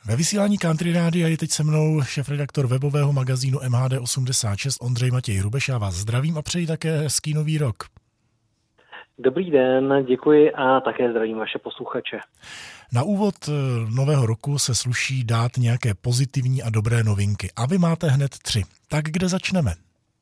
Ve vysílání Country Rádia je teď se mnou šéfredaktor webového magazínu MHD86 Ondřej Matěj Hrubeš. Já vás zdravím a přeji také hezký nový rok. Dobrý den, děkuji a také zdravím vaše posluchače. Na úvod nového roku se sluší dát nějaké pozitivní a dobré novinky. A vy máte hned 3. Tak kde začneme?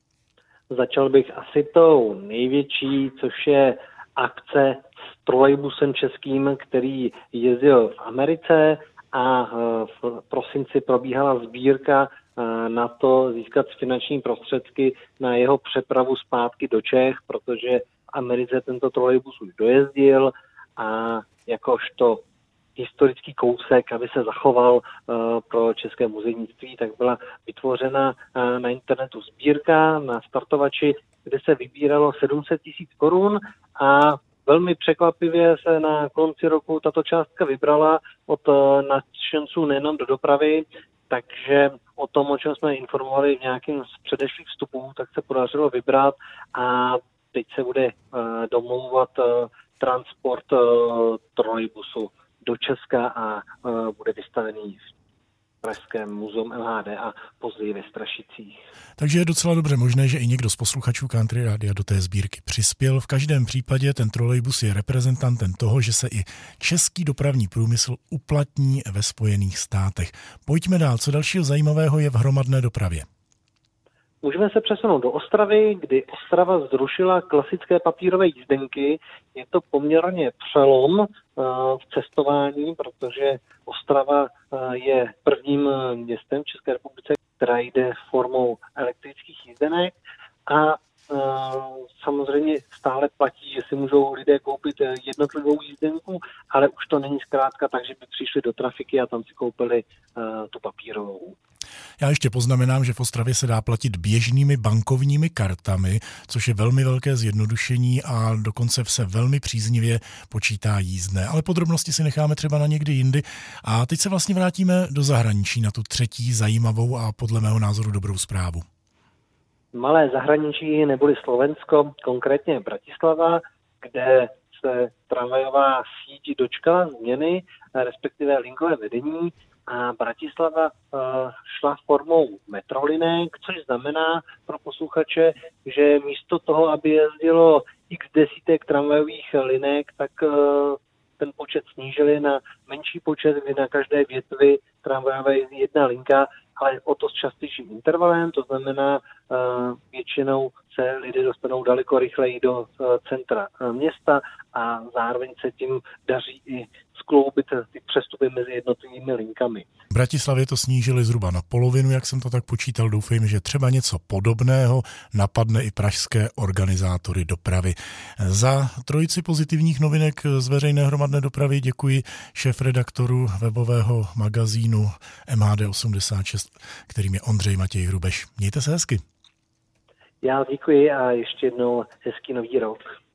Začal bych asi tou největší, což je akce s trolejbusem českým, který jezdil v Americe a v prosinci probíhala sbírka na to získat finanční prostředky na jeho přepravu zpátky do Čech, protože v Americe tento trolejbus už dojezdil a jakožto historický kousek, aby se zachoval pro české muzejnictví, tak byla vytvořena na internetu sbírka na startovači, kde se vybíralo 700 000 korun a velmi překvapivě se na konci roku tato částka vybrala od nadšenců nejenom do dopravy, takže o tom, o čem jsme informovali v nějakém z předešlých vstupů, tak se podařilo vybrat a teď se bude domlouvat transport trolejbusu do Česka a bude vystavený v Pražském muzeu MHD a později ve Strašicích. Takže je docela dobře možné, že i někdo z posluchačů Country Rádia do té sbírky přispěl. V každém případě ten trolejbus je reprezentantem toho, že se i český dopravní průmysl uplatní ve Spojených státech. Pojďme dál. Co dalšího zajímavého je v hromadné dopravě? Můžeme se přesunout do Ostravy, kdy Ostrava zrušila klasické papírové jízdenky. Je to poměrně přelom v cestování, protože Ostrava je prvním městem v České republice, která jde formou elektrických jízdenek a samozřejmě stále platí, že si můžou lidé koupit jednotlivou jízdenku, ale už to není zkrátka tak, že by přišli do trafiky a tam si koupili tu papírovou. Já ještě poznamenám, že v Ostravě se dá platit běžnými bankovními kartami, což je velmi velké zjednodušení a dokonce se velmi příznivě počítá jízdné. Ale podrobnosti si necháme třeba na někdy jindy. A teď se vlastně vrátíme do zahraničí na tu třetí zajímavou a podle mého názoru dobrou zprávu. Malé zahraničí neboli Slovensko, konkrétně Bratislava, kde se tramvajová síť dočkala změny, respektive linkové vedení, a Bratislava šla formou metrolinek, což znamená pro posluchače, že místo toho, aby jezdilo x desítek tramvajových linek, tak ten počet snížili na menší počet, kdy na každé větvi tramvajové jezdí jedna linka, ale o to s častějším intervalem, to znamená většinou se lidé dostanou daleko rychleji do centra města a zároveň se tím daří i skloubit ty přestupy mezi jednotlivými linkami. V Bratislavě to snížili zhruba na polovinu, jak jsem to tak počítal. Doufejme, že třeba něco podobného napadne i pražské organizátory dopravy. Za trojici pozitivních novinek z veřejné hromadné dopravy děkuji šéfredaktoru webového magazínu MHD86, kterým je Ondřej Matěj Hrubeš. Mějte se hezky. Já děkuji a ještě jednou hezký nový rok.